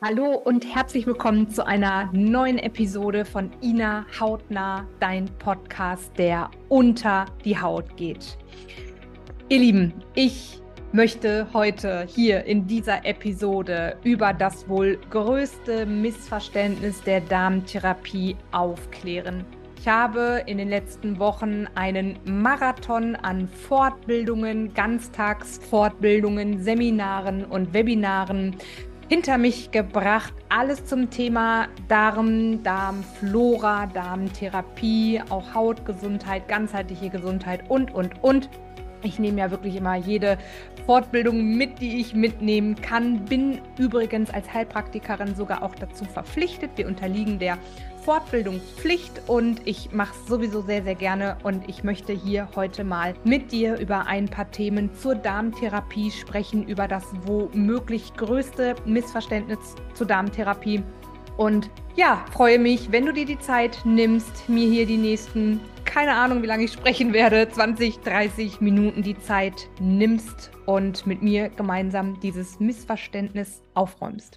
Hallo und herzlich willkommen zu einer neuen Episode von Ina Hautnah, dein Podcast, der unter die Haut geht. Ihr Lieben, ich möchte heute hier in dieser Episode über das wohl größte Missverständnis der Darmtherapie aufklären. Ich habe in den letzten Wochen einen Marathon an Fortbildungen, Ganztagsfortbildungen, Seminaren und Webinaren hinter mich gebracht. Alles zum Thema Darm, Darmflora, Darmtherapie, auch Hautgesundheit, ganzheitliche Gesundheit und. Ich nehme ja wirklich immer jede Fortbildung mit, die ich mitnehmen kann. Bin übrigens als Heilpraktikerin sogar auch dazu verpflichtet. Wir unterliegen der Fortbildungspflicht und ich mache es sowieso sehr, sehr gerne. Und ich möchte hier heute mal mit dir über ein paar Themen zur Darmtherapie sprechen, über das womöglich größte Missverständnis zur Darmtherapie. Und ja, freue mich, wenn du dir die Zeit nimmst, mir hier die nächsten, keine Ahnung, wie lange ich sprechen werde, 20, 30 Minuten die Zeit nimmst und mit mir gemeinsam dieses Missverständnis aufräumst.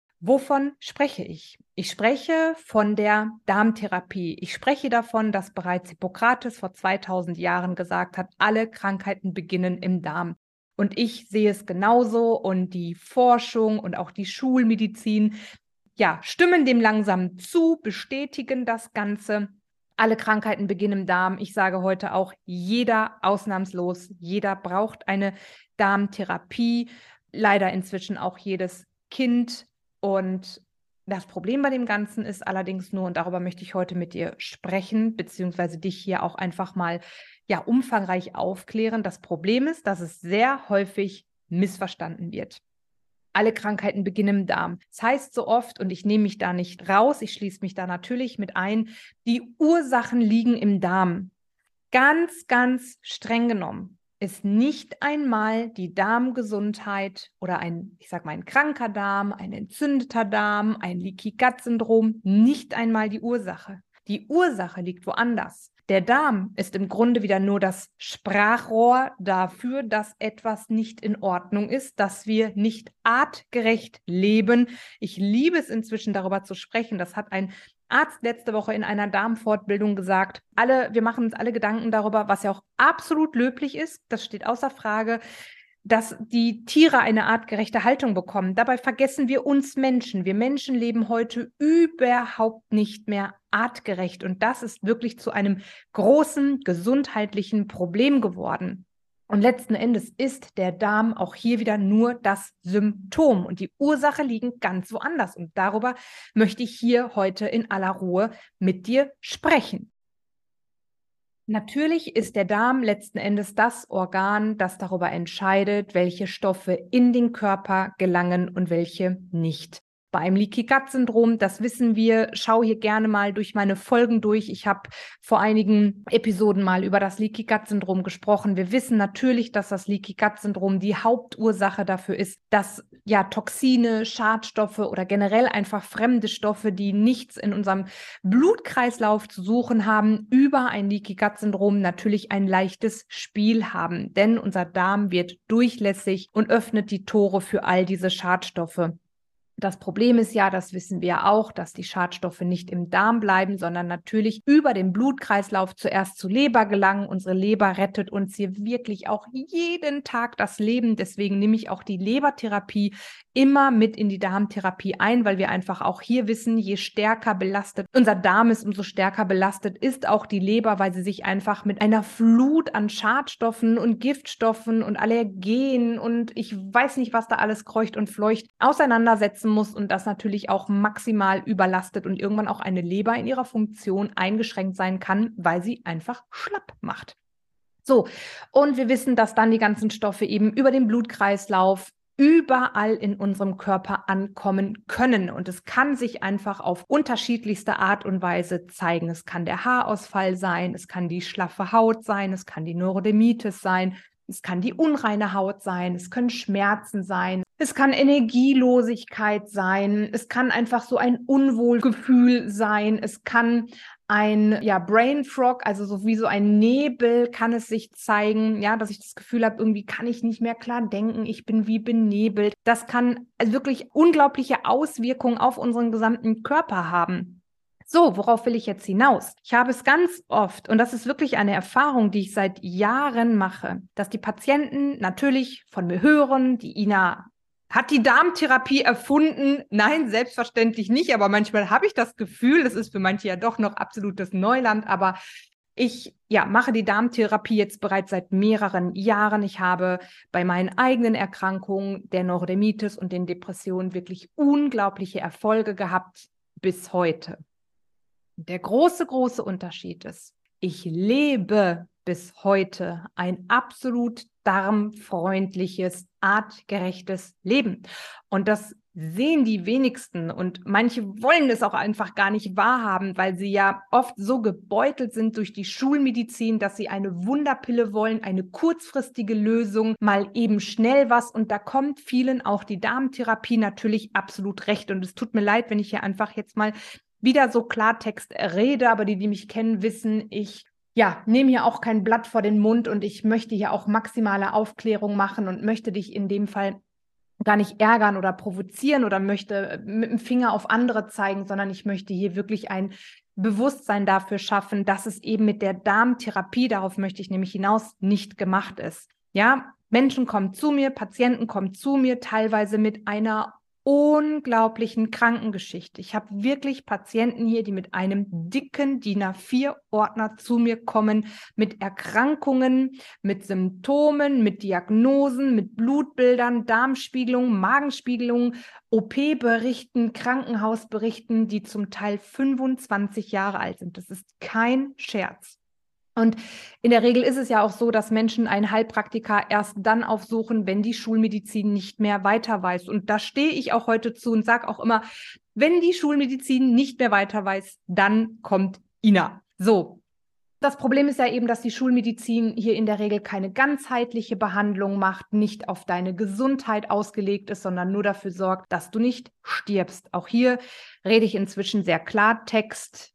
Wovon spreche ich? Ich spreche von der Darmtherapie. Ich spreche davon, dass bereits Hippokrates vor 2000 Jahren gesagt hat, alle Krankheiten beginnen im Darm. Und ich sehe es genauso und die Forschung und auch die Schulmedizin stimmen dem langsam zu, bestätigen das Ganze. Alle Krankheiten beginnen im Darm. Ich sage heute auch, jeder ausnahmslos, jeder braucht eine Darmtherapie. Leider inzwischen auch jedes Kind. Und das Problem bei dem Ganzen ist allerdings nur, und darüber möchte ich heute mit dir sprechen, beziehungsweise dich hier auch einfach mal umfangreich aufklären. Das Problem ist, dass es sehr häufig missverstanden wird. Alle Krankheiten beginnen im Darm. Das heißt so oft, und ich nehme mich da nicht raus, ich schließe mich da natürlich mit ein, die Ursachen liegen im Darm. Ganz, ganz streng genommen ist nicht einmal die Darmgesundheit oder ein kranker Darm, ein entzündeter Darm, ein Leaky Gut Syndrom, nicht einmal die Ursache. Die Ursache liegt woanders. Der Darm ist im Grunde wieder nur das Sprachrohr dafür, dass etwas nicht in Ordnung ist, dass wir nicht artgerecht leben. Ich liebe es inzwischen, darüber zu sprechen. Das hat ein Arzt letzte Woche in einer Darmfortbildung gesagt. Wir machen uns alle Gedanken darüber, was ja auch absolut löblich ist. Das steht außer Frage, dass die Tiere eine artgerechte Haltung bekommen. Dabei vergessen wir uns Menschen. Wir Menschen leben heute überhaupt nicht mehr artgerecht. Und das ist wirklich zu einem großen gesundheitlichen Problem geworden. Und letzten Endes ist der Darm auch hier wieder nur das Symptom. Und die Ursache liegt ganz woanders. Und darüber möchte ich hier heute in aller Ruhe mit dir sprechen. Natürlich ist der Darm letzten Endes das Organ, das darüber entscheidet, welche Stoffe in den Körper gelangen und welche nicht. Beim Leaky Gut Syndrom, das wissen wir, schau hier gerne mal durch meine Folgen durch. Ich habe vor einigen Episoden mal über das Leaky Gut Syndrom gesprochen. Wir wissen natürlich, dass das Leaky Gut Syndrom die Hauptursache dafür ist, dass Toxine, Schadstoffe oder generell einfach fremde Stoffe, die nichts in unserem Blutkreislauf zu suchen haben, über ein Leaky Gut Syndrom natürlich ein leichtes Spiel haben. Denn unser Darm wird durchlässig und öffnet die Tore für all diese Schadstoffe. Das Problem ist ja, das wissen wir auch, dass die Schadstoffe nicht im Darm bleiben, sondern natürlich über den Blutkreislauf zuerst zur Leber gelangen. Unsere Leber rettet uns hier wirklich auch jeden Tag das Leben. Deswegen nehme ich auch die Lebertherapie immer mit in die Darmtherapie ein, weil wir einfach auch hier wissen, je stärker belastet unser Darm ist, umso stärker belastet ist auch die Leber, weil sie sich einfach mit einer Flut an Schadstoffen und Giftstoffen und Allergenen und ich weiß nicht, was da alles kreucht und fleucht, auseinandersetzen muss und das natürlich auch maximal überlastet und irgendwann auch eine Leber in ihrer Funktion eingeschränkt sein kann, weil sie einfach schlapp macht. So, und wir wissen, dass dann die ganzen Stoffe eben über den Blutkreislauf überall in unserem Körper ankommen können. Und es kann sich einfach auf unterschiedlichste Art und Weise zeigen. Es kann der Haarausfall sein, es kann die schlaffe Haut sein, es kann die Neurodermitis sein, es kann die unreine Haut sein, es können Schmerzen sein, es kann Energielosigkeit sein, es kann einfach so ein Unwohlgefühl sein, es kann ein Brain Fog, also so wie so ein Nebel kann es sich zeigen, ja, dass ich das Gefühl habe, irgendwie kann ich nicht mehr klar denken, ich bin wie benebelt. Das kann wirklich unglaubliche Auswirkungen auf unseren gesamten Körper haben. So, worauf will ich jetzt hinaus? Ich habe es ganz oft, und das ist wirklich eine Erfahrung, die ich seit Jahren mache, dass die Patienten natürlich von mir hören, die Ina hat die Darmtherapie erfunden? Nein, selbstverständlich nicht, aber manchmal habe ich das Gefühl, das ist für manche ja doch noch absolutes Neuland, aber ich mache die Darmtherapie jetzt bereits seit mehreren Jahren. Ich habe bei meinen eigenen Erkrankungen, der Neurodermitis und den Depressionen, wirklich unglaubliche Erfolge gehabt bis heute. Der große, große Unterschied ist, ich lebe bis heute ein absolut darmfreundliches, artgerechtes Leben. Und das sehen die wenigsten und manche wollen es auch einfach gar nicht wahrhaben, weil sie ja oft so gebeutelt sind durch die Schulmedizin, dass sie eine Wunderpille wollen, eine kurzfristige Lösung, mal eben schnell was, und da kommt vielen auch die Darmtherapie natürlich absolut recht. Und es tut mir leid, wenn ich hier einfach jetzt mal wieder so Klartext rede, aber die mich kennen, wissen, ich nehme hier auch kein Blatt vor den Mund und ich möchte hier auch maximale Aufklärung machen und möchte dich in dem Fall gar nicht ärgern oder provozieren oder möchte mit dem Finger auf andere zeigen, sondern ich möchte hier wirklich ein Bewusstsein dafür schaffen, dass es eben mit der Darmtherapie, darauf möchte ich nämlich hinaus, nicht gemacht ist. Ja, Menschen kommen zu mir, Patienten kommen zu mir, teilweise mit einer unglaublichen Krankengeschichte. Ich habe wirklich Patienten hier, die mit einem dicken DIN A4-Ordner zu mir kommen, mit Erkrankungen, mit Symptomen, mit Diagnosen, mit Blutbildern, Darmspiegelungen, Magenspiegelungen, OP-Berichten, Krankenhausberichten, die zum Teil 25 Jahre alt sind. Das ist kein Scherz. Und in der Regel ist es ja auch so, dass Menschen einen Heilpraktiker erst dann aufsuchen, wenn die Schulmedizin nicht mehr weiter weiß. Und da stehe ich auch heute zu und sage auch immer, wenn die Schulmedizin nicht mehr weiter weiß, dann kommt Ina. So. Das Problem ist ja eben, dass die Schulmedizin hier in der Regel keine ganzheitliche Behandlung macht, nicht auf deine Gesundheit ausgelegt ist, sondern nur dafür sorgt, dass du nicht stirbst. Auch hier rede ich inzwischen sehr Klartext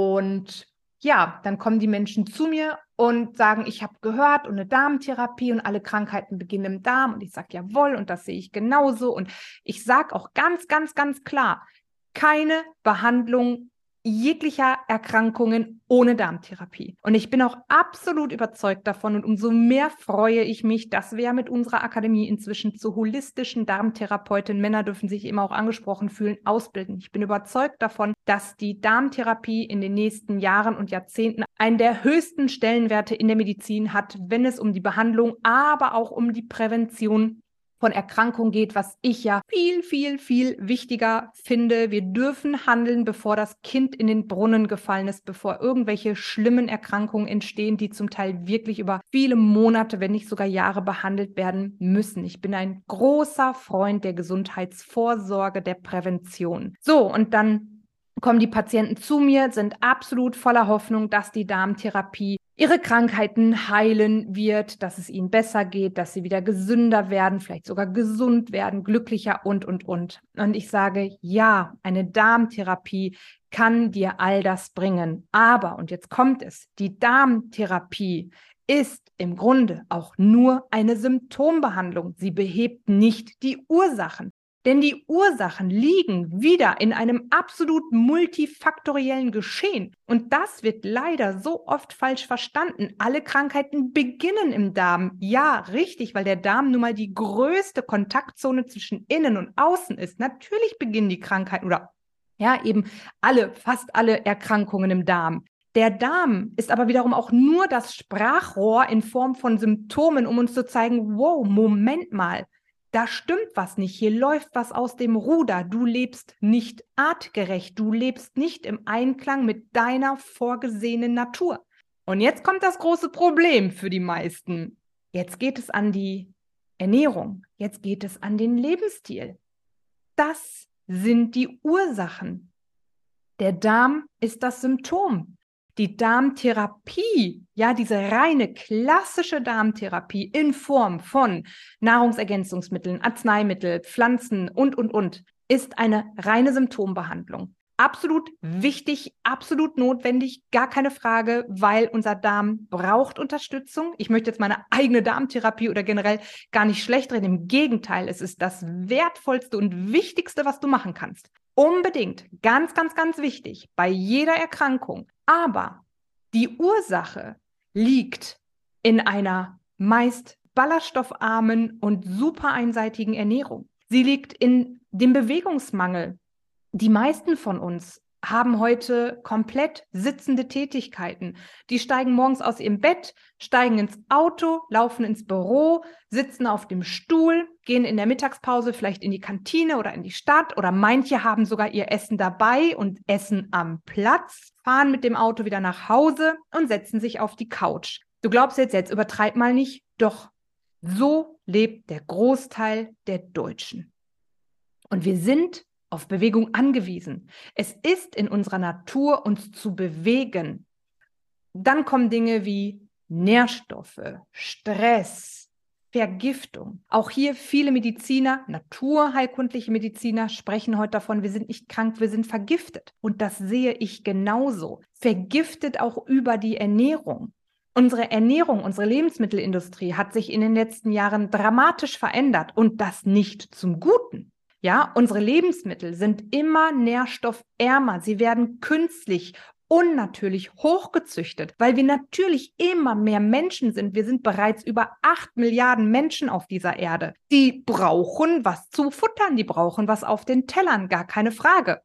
und dann kommen die Menschen zu mir und sagen, ich habe gehört und eine Darmtherapie und alle Krankheiten beginnen im Darm. Und ich sage, jawohl, und das sehe ich genauso. Und ich sage auch ganz, ganz, ganz klar, keine Behandlung jeglicher Erkrankungen ohne Darmtherapie. Und ich bin auch absolut überzeugt davon und umso mehr freue ich mich, dass wir mit unserer Akademie inzwischen zu holistischen Darmtherapeutinnen, Männer dürfen sich immer auch angesprochen fühlen, ausbilden. Ich bin überzeugt davon, dass die Darmtherapie in den nächsten Jahren und Jahrzehnten einen der höchsten Stellenwerte in der Medizin hat, wenn es um die Behandlung, aber auch um die Prävention von Erkrankung geht, was ich ja viel, viel, viel wichtiger finde. Wir dürfen handeln, bevor das Kind in den Brunnen gefallen ist, bevor irgendwelche schlimmen Erkrankungen entstehen, die zum Teil wirklich über viele Monate, wenn nicht sogar Jahre behandelt werden müssen. Ich bin ein großer Freund der Gesundheitsvorsorge, der Prävention. So, und dann kommen die Patienten zu mir, sind absolut voller Hoffnung, dass die Darmtherapie ihre Krankheiten heilen wird, dass es ihnen besser geht, dass sie wieder gesünder werden, vielleicht sogar gesund werden, glücklicher und. Und ich sage, ja, eine Darmtherapie kann dir all das bringen. Aber, und jetzt kommt es, die Darmtherapie ist im Grunde auch nur eine Symptombehandlung. Sie behebt nicht die Ursachen. Denn die Ursachen liegen wieder in einem absolut multifaktoriellen Geschehen. Und das wird leider so oft falsch verstanden. Alle Krankheiten beginnen im Darm. Ja, richtig, weil der Darm nun mal die größte Kontaktzone zwischen innen und außen ist. Natürlich beginnen die Krankheiten oder eben fast alle Erkrankungen im Darm. Der Darm ist aber wiederum auch nur das Sprachrohr in Form von Symptomen, um uns zu zeigen, wow, Moment mal. Da stimmt was nicht, hier läuft was aus dem Ruder. Du lebst nicht artgerecht, du lebst nicht im Einklang mit deiner vorgesehenen Natur. Und jetzt kommt das große Problem für die meisten. Jetzt geht es an die Ernährung, jetzt geht es an den Lebensstil. Das sind die Ursachen. Der Darm ist das Symptom. Die Darmtherapie, diese reine klassische Darmtherapie in Form von Nahrungsergänzungsmitteln, Arzneimittel, Pflanzen und, ist eine reine Symptombehandlung. Absolut wichtig, absolut notwendig, gar keine Frage, weil unser Darm braucht Unterstützung. Ich möchte jetzt meine eigene Darmtherapie oder generell gar nicht schlecht reden. Im Gegenteil, es ist das Wertvollste und Wichtigste, was du machen kannst. Unbedingt, ganz, ganz, ganz wichtig, bei jeder Erkrankung. Aber die Ursache liegt in einer meist ballaststoffarmen und super einseitigen Ernährung. Sie liegt in dem Bewegungsmangel. Die meisten von uns haben heute komplett sitzende Tätigkeiten. Die steigen morgens aus ihrem Bett, steigen ins Auto, laufen ins Büro, sitzen auf dem Stuhl, gehen in der Mittagspause vielleicht in die Kantine oder in die Stadt oder manche haben sogar ihr Essen dabei und essen am Platz, fahren mit dem Auto wieder nach Hause und setzen sich auf die Couch. Du glaubst jetzt übertreib mal nicht, doch so lebt der Großteil der Deutschen. Und wir sind auf Bewegung angewiesen. Es ist in unserer Natur, uns zu bewegen. Dann kommen Dinge wie Nährstoffe, Stress, Vergiftung. Auch hier viele Mediziner, naturheilkundliche Mediziner sprechen heute davon, wir sind nicht krank, wir sind vergiftet. Und das sehe ich genauso. Vergiftet auch über die Ernährung. Unsere Ernährung, unsere Lebensmittelindustrie hat sich in den letzten Jahren dramatisch verändert und das nicht zum Guten. Ja, unsere Lebensmittel sind immer nährstoffärmer. Sie werden künstlich, unnatürlich hochgezüchtet, weil wir natürlich immer mehr Menschen sind. Wir sind bereits über 8 Milliarden Menschen auf dieser Erde. Die brauchen was zu futtern, die brauchen was auf den Tellern, gar keine Frage.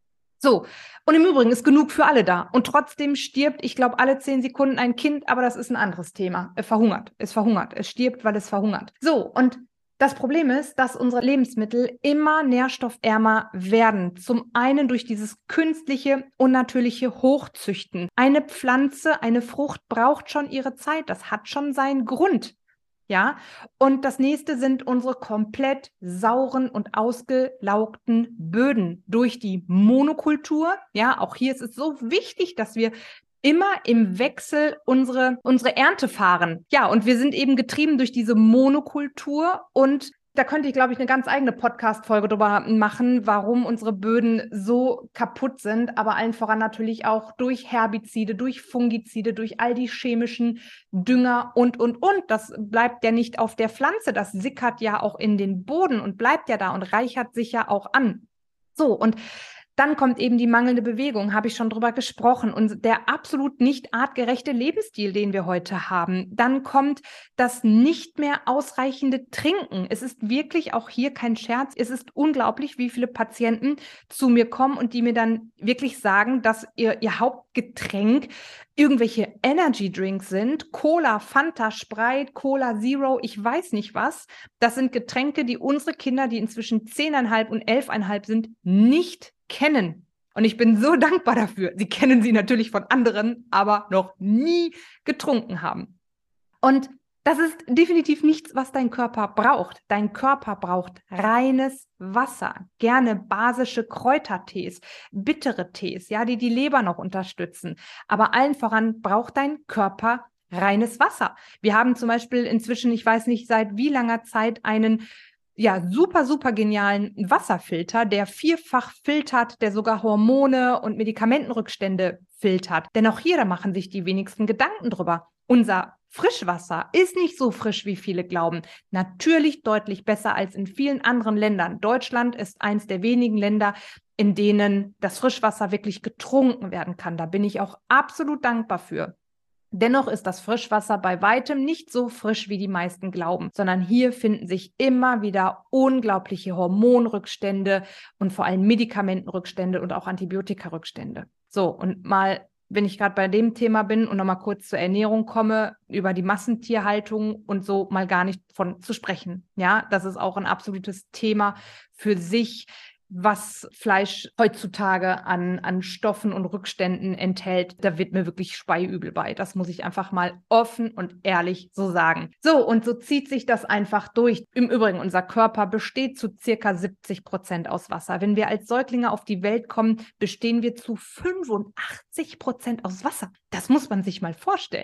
So, und im Übrigen ist genug für alle da. Und trotzdem stirbt, ich glaube, alle 10 Sekunden ein Kind, aber das ist ein anderes Thema. Es verhungert. Es stirbt, weil es verhungert. So, und das Problem ist, dass unsere Lebensmittel immer nährstoffärmer werden. Zum einen durch dieses künstliche, unnatürliche Hochzüchten. Eine Pflanze, eine Frucht braucht schon ihre Zeit. Das hat schon seinen Grund. Ja, und das nächste sind unsere komplett sauren und ausgelaugten Böden durch die Monokultur. Ja, auch hier ist es so wichtig, dass wir immer im Wechsel unsere Ernte fahren. Ja, und wir sind eben getrieben durch diese Monokultur und da könnte ich, glaube ich, eine ganz eigene Podcast-Folge drüber machen, warum unsere Böden so kaputt sind, aber allen voran natürlich auch durch Herbizide, durch Fungizide, durch all die chemischen Dünger und. Das bleibt ja nicht auf der Pflanze, das sickert ja auch in den Boden und bleibt ja da und reichert sich ja auch an. So, und dann kommt eben die mangelnde Bewegung, habe ich schon drüber gesprochen, und der absolut nicht artgerechte Lebensstil, den wir heute haben. Dann kommt das nicht mehr ausreichende Trinken. Es ist wirklich auch hier kein Scherz. Es ist unglaublich, wie viele Patienten zu mir kommen und die mir dann wirklich sagen, dass ihr Hauptgetränk irgendwelche Energy Drinks sind. Cola, Fanta, Sprite, Cola Zero, ich weiß nicht was. Das sind Getränke, die unsere Kinder, die inzwischen 10,5 und 11,5 sind, nicht kennen. Und ich bin so dankbar dafür. Sie kennen sie natürlich von anderen, aber noch nie getrunken haben. Und das ist definitiv nichts, was dein Körper braucht. Dein Körper braucht reines Wasser, gerne basische Kräutertees, bittere Tees, ja, die die Leber noch unterstützen. Aber allen voran braucht dein Körper reines Wasser. Wir haben zum Beispiel inzwischen, ich weiß nicht seit wie langer Zeit, einen super, super genialen Wasserfilter, der 4-fach filtert, der sogar Hormone und Medikamentenrückstände filtert. Denn auch hier, da machen sich die wenigsten Gedanken drüber. Unser Frischwasser ist nicht so frisch, wie viele glauben. Natürlich deutlich besser als in vielen anderen Ländern. Deutschland ist eins der wenigen Länder, in denen das Frischwasser wirklich getrunken werden kann. Da bin ich auch absolut dankbar für. Dennoch ist das Frischwasser bei weitem nicht so frisch, wie die meisten glauben, sondern hier finden sich immer wieder unglaubliche Hormonrückstände und vor allem Medikamentenrückstände und auch Antibiotikarückstände. So, und mal, wenn ich gerade bei dem Thema bin und nochmal kurz zur Ernährung komme, über die Massentierhaltung und so mal gar nicht von zu sprechen. Ja, das ist auch ein absolutes Thema für sich, was Fleisch heutzutage an Stoffen und Rückständen enthält. Da wird mir wirklich speiübel bei. Das muss ich einfach mal offen und ehrlich so sagen. So, und so zieht sich das einfach durch. Im Übrigen, unser Körper besteht zu circa 70% aus Wasser. Wenn wir als Säuglinge auf die Welt kommen, bestehen wir zu 85% aus Wasser. Das muss man sich mal vorstellen.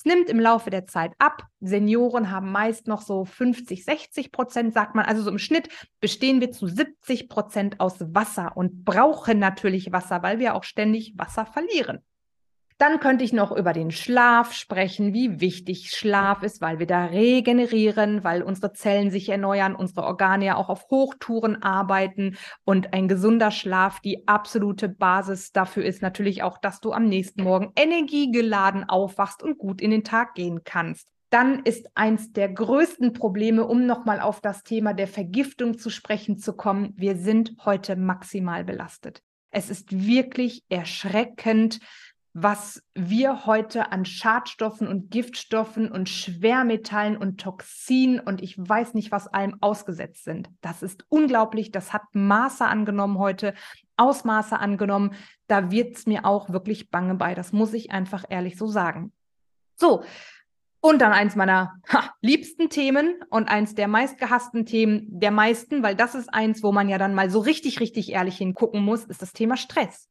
Es nimmt im Laufe der Zeit ab. Senioren haben meist noch so 50-60%, sagt man. Also so im Schnitt bestehen wir zu 70% aus Wasser und brauchen natürlich Wasser, weil wir auch ständig Wasser verlieren. Dann könnte ich noch über den Schlaf sprechen, wie wichtig Schlaf ist, weil wir da regenerieren, weil unsere Zellen sich erneuern, unsere Organe ja auch auf Hochtouren arbeiten und ein gesunder Schlaf die absolute Basis dafür ist natürlich auch, dass du am nächsten Morgen energiegeladen aufwachst und gut in den Tag gehen kannst. Dann ist eins der größten Probleme, um nochmal auf das Thema der Vergiftung zu sprechen zu kommen, wir sind heute maximal belastet. Es ist wirklich erschreckend, was wir heute an Schadstoffen und Giftstoffen und Schwermetallen und Toxinen und ich weiß nicht, was allem ausgesetzt sind. Das ist unglaublich. Das hat Maße angenommen heute, Ausmaße angenommen. Da wird es mir auch wirklich bange bei. Das muss ich einfach ehrlich so sagen. So, und dann eins meiner liebsten Themen und eins der meistgehassten Themen der meisten, weil das ist eins, wo man ja dann mal so richtig, richtig ehrlich hingucken muss, ist das Thema Stress.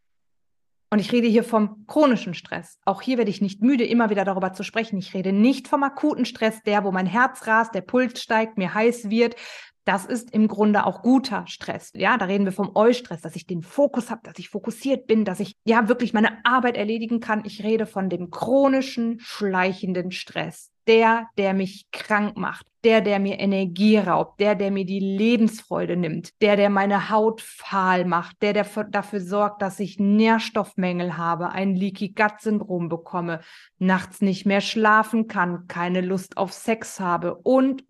Und ich rede hier vom chronischen Stress. Auch hier werde ich nicht müde, immer wieder darüber zu sprechen. Ich rede nicht vom akuten Stress, der, wo mein Herz rast, der Puls steigt, mir heiß wird. Das ist im Grunde auch guter Stress. Ja, da reden wir vom Eustress, dass ich den Fokus habe, dass ich fokussiert bin, dass ich ja wirklich meine Arbeit erledigen kann. Ich rede von dem chronischen, schleichenden Stress. Der mich krank macht, der mir Energie raubt, der mir die Lebensfreude nimmt, der meine Haut fahl macht, der dafür sorgt, dass ich Nährstoffmängel habe, ein Leaky Gut Syndrom bekomme, nachts nicht mehr schlafen kann, keine Lust auf Sex habe und.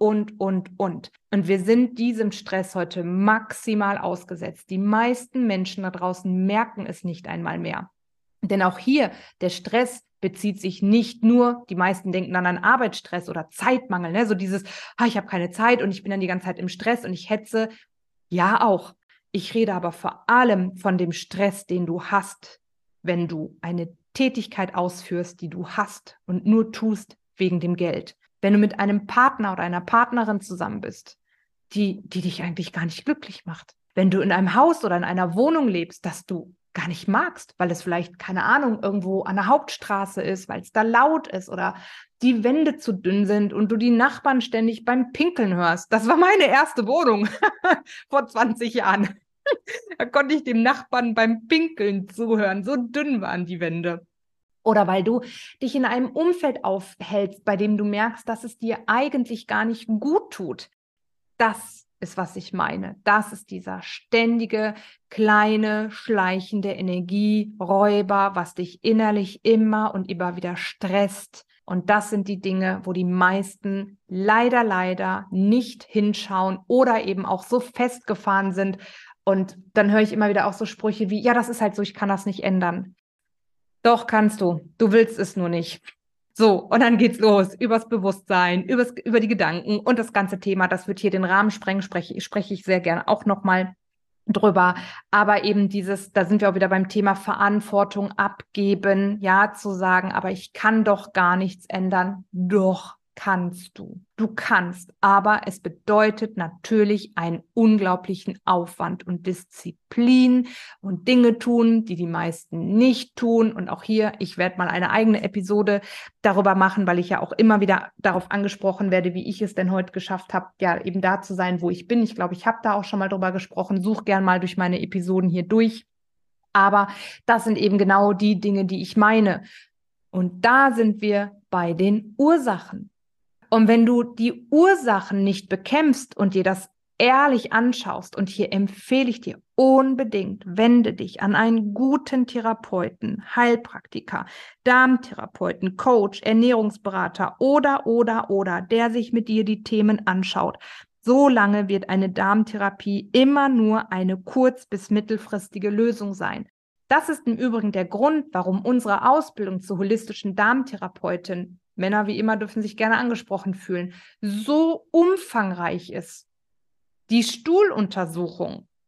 Und wir sind diesem Stress heute maximal ausgesetzt. Die meisten Menschen da draußen merken es nicht einmal mehr. Denn auch hier, der Stress bezieht sich nicht nur, die meisten denken dann an Arbeitsstress oder Zeitmangel, ne? So dieses, ich habe keine Zeit und ich bin dann die ganze Zeit im Stress und ich hetze. Ja, auch. Ich rede aber vor allem von dem Stress, den du hast, wenn du eine Tätigkeit ausführst, die du hast und nur tust wegen dem Geld. Wenn du mit einem Partner oder einer Partnerin zusammen bist, die dich eigentlich gar nicht glücklich macht. Wenn du in einem Haus oder in einer Wohnung lebst, das du gar nicht magst, weil es vielleicht, keine Ahnung, irgendwo an der Hauptstraße ist, weil es da laut ist oder die Wände zu dünn sind und du die Nachbarn ständig beim Pinkeln hörst. Das war meine erste Wohnung vor 20 Jahren. Da konnte ich dem Nachbarn beim Pinkeln zuhören. So dünn waren die Wände. Oder weil du dich in einem Umfeld aufhältst, bei dem du merkst, dass es dir eigentlich gar nicht gut tut. Das ist, was ich meine. Das ist dieser ständige, kleine, schleichende Energieräuber, was dich innerlich immer und immer wieder stresst. Und das sind die Dinge, wo die meisten leider nicht hinschauen oder eben auch so festgefahren sind. Und dann höre ich immer wieder auch so Sprüche wie, ja, das ist halt so, ich kann das nicht ändern. Doch, kannst du. Du willst es nur nicht. So, und dann geht's los, übers Bewusstsein, über die Gedanken und das ganze Thema, das wird hier den Rahmen sprengen, spreche ich sehr gerne auch nochmal drüber. Aber eben da sind wir auch wieder beim Thema Verantwortung abgeben, ja, zu sagen, aber ich kann doch gar nichts ändern. Doch kannst du. Du kannst, aber es bedeutet natürlich einen unglaublichen Aufwand und Disziplin und Dinge tun, die die meisten nicht tun. Und auch hier, ich werde mal eine eigene Episode darüber machen, weil ich ja auch immer wieder darauf angesprochen werde, wie ich es denn heute geschafft habe, ja, eben da zu sein, wo ich bin. Ich glaube, ich habe da auch schon mal drüber gesprochen. Such gern mal durch meine Episoden hier durch. Aber das sind eben genau die Dinge, die ich meine. Und da sind wir bei den Ursachen. Und wenn du die Ursachen nicht bekämpfst und dir das ehrlich anschaust, und hier empfehle ich dir unbedingt, wende dich an einen guten Therapeuten, Heilpraktiker, Darmtherapeuten, Coach, Ernährungsberater oder, der sich mit dir die Themen anschaut. Solange wird eine Darmtherapie immer nur eine kurz- bis mittelfristige Lösung sein. Das ist im Übrigen der Grund, warum unsere Ausbildung zur holistischen Darmtherapeutin, Männer wie immer dürfen sich gerne angesprochen fühlen, so umfangreich ist. Die Stuhluntersuchung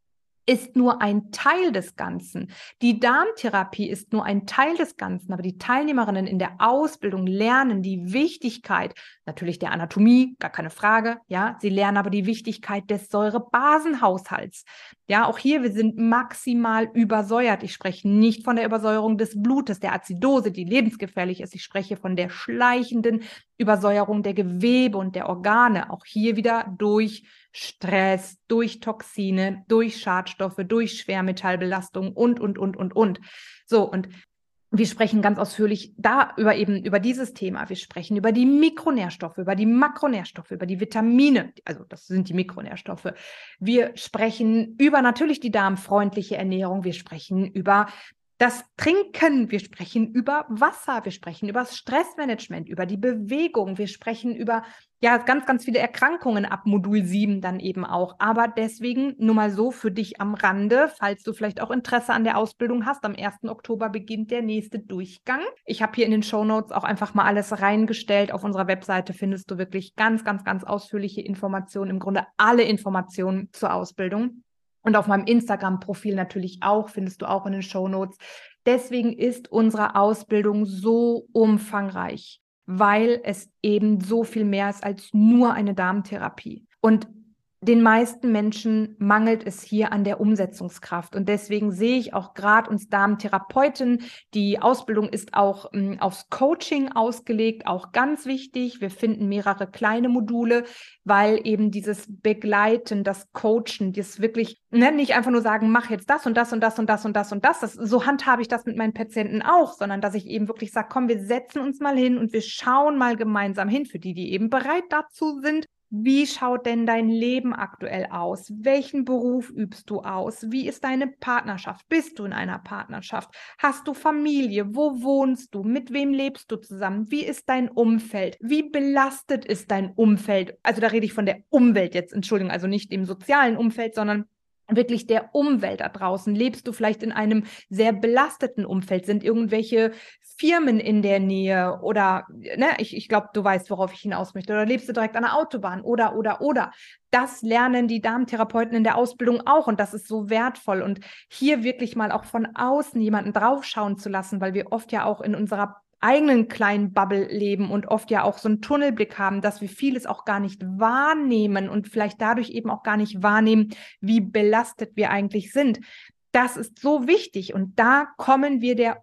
ist nur ein Teil des Ganzen. Die Darmtherapie ist nur ein Teil des Ganzen, aber die Teilnehmerinnen in der Ausbildung lernen die Wichtigkeit, natürlich der Anatomie, gar keine Frage, ja, sie lernen aber die Wichtigkeit des Säurebasenhaushalts. Ja, auch hier, wir sind maximal übersäuert. Ich spreche nicht von der Übersäuerung des Blutes, der Azidose, die lebensgefährlich ist. Ich spreche von der schleichenden Übersäuerung der Gewebe und der Organe. Auch hier wieder durch Stress, durch Toxine, durch Schadstoffe, durch Schwermetallbelastung und. So, und wir sprechen ganz ausführlich über dieses Thema. Wir sprechen über die Mikronährstoffe, über die Makronährstoffe, über die Vitamine. Also das sind die Mikronährstoffe. Wir sprechen über natürlich die darmfreundliche Ernährung. Wir sprechen über das Trinken, wir sprechen über Wasser, wir sprechen über das Stressmanagement, über die Bewegung, wir sprechen über ja ganz, ganz viele Erkrankungen ab Modul 7 dann eben auch. Aber deswegen nur mal so für dich am Rande, falls du vielleicht auch Interesse an der Ausbildung hast, am 1. Oktober beginnt der nächste Durchgang. Ich habe hier in den Shownotes auch einfach mal alles reingestellt. Auf unserer Webseite findest du wirklich ganz, ganz, ganz ausführliche Informationen, im Grunde alle Informationen zur Ausbildung. Und auf meinem Instagram-Profil natürlich auch, findest du auch in den Shownotes. Deswegen ist unsere Ausbildung so umfangreich, weil es eben so viel mehr ist als nur eine Darmtherapie. Und den meisten Menschen mangelt es hier an der Umsetzungskraft. Und deswegen sehe ich auch gerade uns Darmtherapeuten, die Ausbildung ist auch aufs Coaching ausgelegt, auch ganz wichtig. Wir finden mehrere kleine Module, weil eben dieses Begleiten, das Coachen, das wirklich nicht einfach nur sagen, mach jetzt das und das und das und das und das und das. So handhabe ich das mit meinen Patienten auch, sondern dass ich eben wirklich sage, komm, wir setzen uns mal hin und wir schauen mal gemeinsam hin, für die, die eben bereit dazu sind. Wie schaut denn dein Leben aktuell aus? Welchen Beruf übst du aus? Wie ist deine Partnerschaft? Bist du in einer Partnerschaft? Hast du Familie? Wo wohnst du? Mit wem lebst du zusammen? Wie ist dein Umfeld? Wie belastet ist dein Umfeld? Also da rede ich von der Umwelt jetzt, Entschuldigung, also nicht dem sozialen Umfeld, sondern wirklich der Umwelt da draußen. Lebst du vielleicht in einem sehr belasteten Umfeld? Sind irgendwelche Firmen in der Nähe oder, ich glaube, du weißt, worauf ich hinaus möchte. Oder lebst du direkt an der Autobahn oder. Das lernen die Darmtherapeuten in der Ausbildung auch und das ist so wertvoll. Und hier wirklich mal auch von außen jemanden draufschauen zu lassen, weil wir oft ja auch in unserer eigenen kleinen Bubble leben und oft ja auch so einen Tunnelblick haben, dass wir vieles auch gar nicht wahrnehmen und vielleicht dadurch eben auch gar nicht wahrnehmen, wie belastet wir eigentlich sind. Das ist so wichtig und da kommen wir der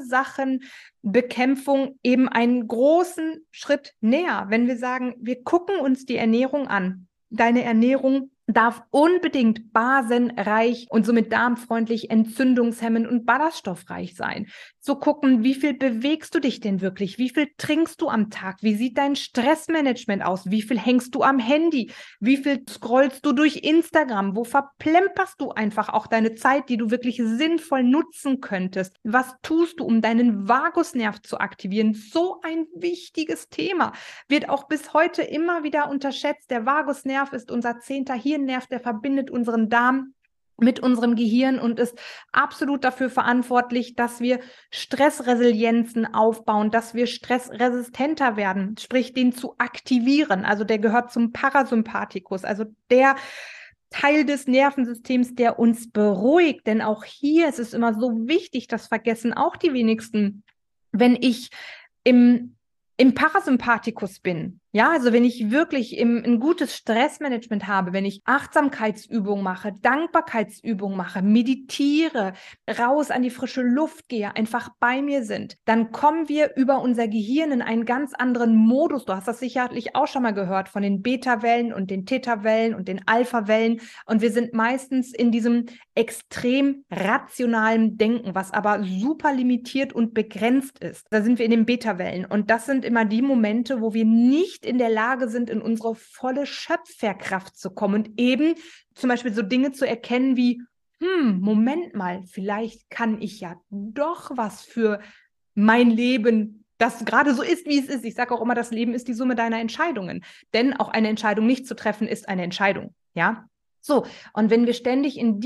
Ursachenbekämpfung eben einen großen Schritt näher, wenn wir sagen, wir gucken uns die Ernährung an. Deine Ernährung darf unbedingt basenreich und somit darmfreundlich, entzündungshemmend und ballaststoffreich sein. Zu gucken, wie viel bewegst du dich denn wirklich? Wie viel trinkst du am Tag? Wie sieht dein Stressmanagement aus? Wie viel hängst du am Handy? Wie viel scrollst du durch Instagram? Wo verplemperst du einfach auch deine Zeit, die du wirklich sinnvoll nutzen könntest? Was tust du, um deinen Vagusnerv zu aktivieren? So ein wichtiges Thema. Wird auch bis heute immer wieder unterschätzt. Der Vagusnerv ist unser 10. Hirnnerv, der verbindet unseren Darm mit unserem Gehirn und ist absolut dafür verantwortlich, dass wir Stressresilienzen aufbauen, dass wir stressresistenter werden, sprich den zu aktivieren. Also der gehört zum Parasympathikus, also der Teil des Nervensystems, der uns beruhigt. Denn auch hier ist es immer so wichtig, das vergessen auch die wenigsten, wenn ich im Parasympathikus bin, ja, also wenn ich wirklich ein gutes Stressmanagement habe, wenn ich Achtsamkeitsübungen mache, Dankbarkeitsübungen mache, meditiere, raus an die frische Luft gehe, einfach bei mir sind, dann kommen wir über unser Gehirn in einen ganz anderen Modus. Du hast das sicherlich auch schon mal gehört von den Beta-Wellen und den Theta-Wellen und den Alpha-Wellen und wir sind meistens in diesem extrem rationalen Denken, was aber super limitiert und begrenzt ist. Da sind wir in den Beta-Wellen und das sind immer die Momente, wo wir nicht in der Lage sind, in unsere volle Schöpferkraft zu kommen und eben zum Beispiel so Dinge zu erkennen wie, Moment mal, vielleicht kann ich ja doch was für mein Leben, das gerade so ist, wie es ist. Ich sage auch immer, das Leben ist die Summe deiner Entscheidungen. Denn auch eine Entscheidung nicht zu treffen, ist eine Entscheidung. Ja. So, und wenn wir ständig in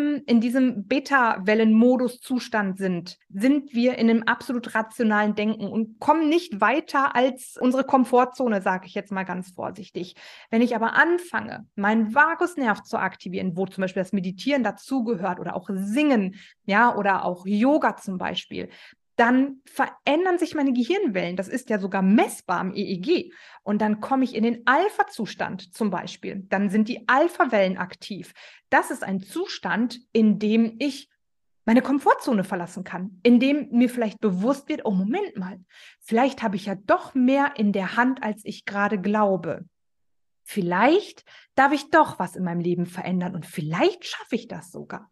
diesem Beta-Wellen-Modus-Zustand sind wir in einem absolut rationalen Denken und kommen nicht weiter als unsere Komfortzone, sage ich jetzt mal ganz vorsichtig. Wenn ich aber anfange, meinen Vagusnerv zu aktivieren, wo zum Beispiel das Meditieren dazugehört oder auch Singen, ja, oder auch Yoga zum Beispiel, dann verändern sich meine Gehirnwellen. Das ist ja sogar messbar im EEG. Und dann komme ich in den Alpha-Zustand zum Beispiel. Dann sind die Alpha-Wellen aktiv. Das ist ein Zustand, in dem ich meine Komfortzone verlassen kann, in dem mir vielleicht bewusst wird, oh Moment mal, vielleicht habe ich ja doch mehr in der Hand, als ich gerade glaube. Vielleicht darf ich doch was in meinem Leben verändern und vielleicht schaffe ich das sogar.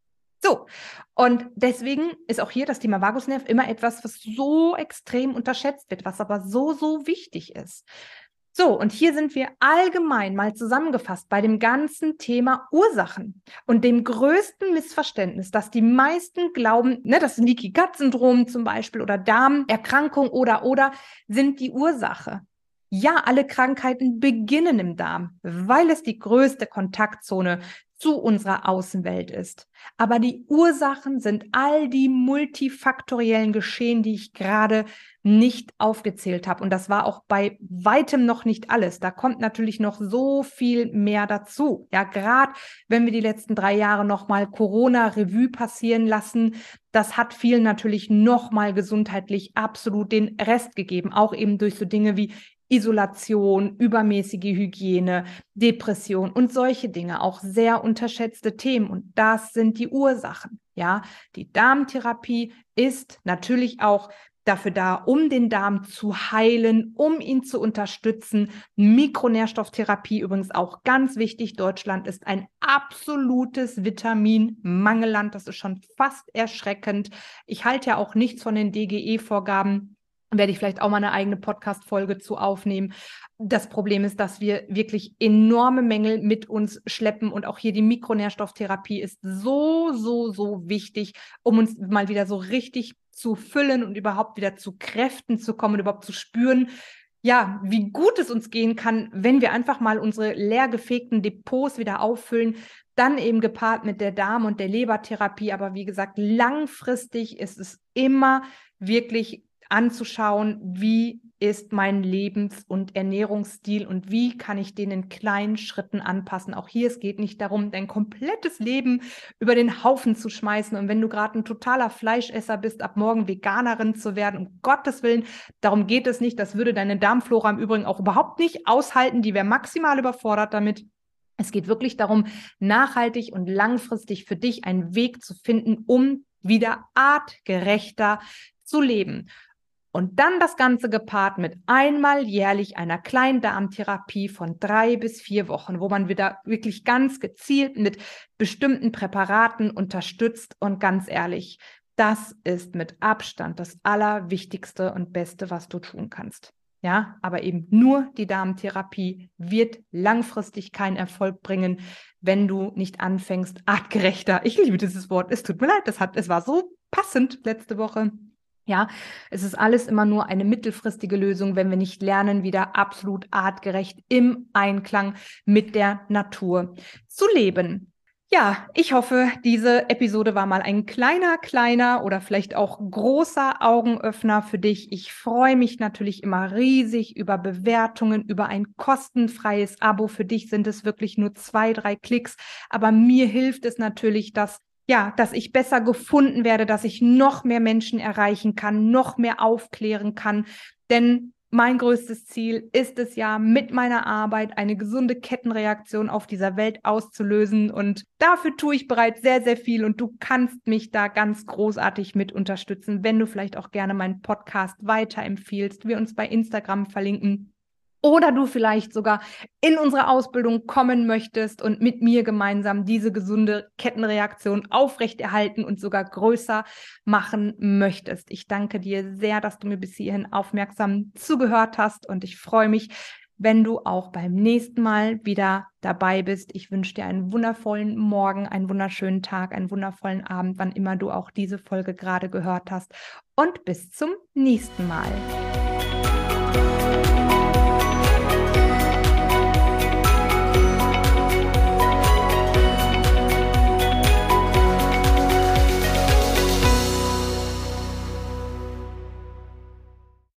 So, und deswegen ist auch hier das Thema Vagusnerv immer etwas, was so extrem unterschätzt wird, was aber so, so wichtig ist. So, und hier sind wir allgemein mal zusammengefasst bei dem ganzen Thema Ursachen und dem größten Missverständnis, dass die meisten glauben, ne, das Leaky Gut Syndrom zum Beispiel oder Darmerkrankung oder sind die Ursache. Ja, alle Krankheiten beginnen im Darm, weil es die größte Kontaktzone zu unserer Außenwelt ist. Aber die Ursachen sind all die multifaktoriellen Geschehen, die ich gerade nicht aufgezählt habe. Und das war auch bei weitem noch nicht alles. Da kommt natürlich noch so viel mehr dazu. Ja, gerade wenn wir die letzten 3 Jahre nochmal Corona-Revue passieren lassen, das hat vielen natürlich nochmal gesundheitlich absolut den Rest gegeben. Auch eben durch so Dinge wie Isolation, übermäßige Hygiene, Depression und solche Dinge, auch sehr unterschätzte Themen. Und das sind die Ursachen. Ja, die Darmtherapie ist natürlich auch dafür da, um den Darm zu heilen, um ihn zu unterstützen. Mikronährstofftherapie übrigens auch ganz wichtig. Deutschland ist ein absolutes Vitaminmangelland. Das ist schon fast erschreckend. Ich halte ja auch nichts von den DGE-Vorgaben. Werde ich vielleicht auch mal eine eigene Podcast-Folge zu aufnehmen. Das Problem ist, dass wir wirklich enorme Mängel mit uns schleppen und auch hier die Mikronährstofftherapie ist so, so, so wichtig, um uns mal wieder so richtig zu füllen und überhaupt wieder zu Kräften zu kommen, überhaupt zu spüren, ja, wie gut es uns gehen kann, wenn wir einfach mal unsere leergefegten Depots wieder auffüllen, dann eben gepaart mit der Darm- und der Lebertherapie. Aber wie gesagt, langfristig ist es immer wirklich anzuschauen, wie ist mein Lebens- und Ernährungsstil und wie kann ich den in kleinen Schritten anpassen. Auch hier, es geht nicht darum, dein komplettes Leben über den Haufen zu schmeißen. Und wenn du gerade ein totaler Fleischesser bist, ab morgen Veganerin zu werden, um Gottes Willen, darum geht es nicht. Das würde deine Darmflora im Übrigen auch überhaupt nicht aushalten. Die wäre maximal überfordert damit. Es geht wirklich darum, nachhaltig und langfristig für dich einen Weg zu finden, um wieder artgerechter zu leben. Und dann das Ganze gepaart mit einmal jährlich einer kleinen Darmtherapie von 3 bis 4 Wochen, wo man wieder wirklich ganz gezielt mit bestimmten Präparaten unterstützt. Und ganz ehrlich, das ist mit Abstand das Allerwichtigste und Beste, was du tun kannst. Ja, aber eben nur die Darmtherapie wird langfristig keinen Erfolg bringen, wenn du nicht anfängst, artgerechter. Ich liebe dieses Wort. Es tut mir leid, es war so passend letzte Woche. Ja, es ist alles immer nur eine mittelfristige Lösung, wenn wir nicht lernen, wieder absolut artgerecht im Einklang mit der Natur zu leben. Ja, ich hoffe, diese Episode war mal ein kleiner oder vielleicht auch großer Augenöffner für dich. Ich freue mich natürlich immer riesig über Bewertungen, über ein kostenfreies Abo. Für dich sind es wirklich nur 2, 3 Klicks, aber mir hilft es natürlich, dass ich besser gefunden werde, dass ich noch mehr Menschen erreichen kann, noch mehr aufklären kann. Denn mein größtes Ziel ist es ja, mit meiner Arbeit eine gesunde Kettenreaktion auf dieser Welt auszulösen. Und dafür tue ich bereits sehr, sehr viel. Und du kannst mich da ganz großartig mit unterstützen, wenn du vielleicht auch gerne meinen Podcast weiterempfiehlst, wir uns bei Instagram verlinken. Oder du vielleicht sogar in unsere Ausbildung kommen möchtest und mit mir gemeinsam diese gesunde Kettenreaktion aufrechterhalten und sogar größer machen möchtest. Ich danke dir sehr, dass du mir bis hierhin aufmerksam zugehört hast und ich freue mich, wenn du auch beim nächsten Mal wieder dabei bist. Ich wünsche dir einen wundervollen Morgen, einen wunderschönen Tag, einen wundervollen Abend, wann immer du auch diese Folge gerade gehört hast. Und bis zum nächsten Mal.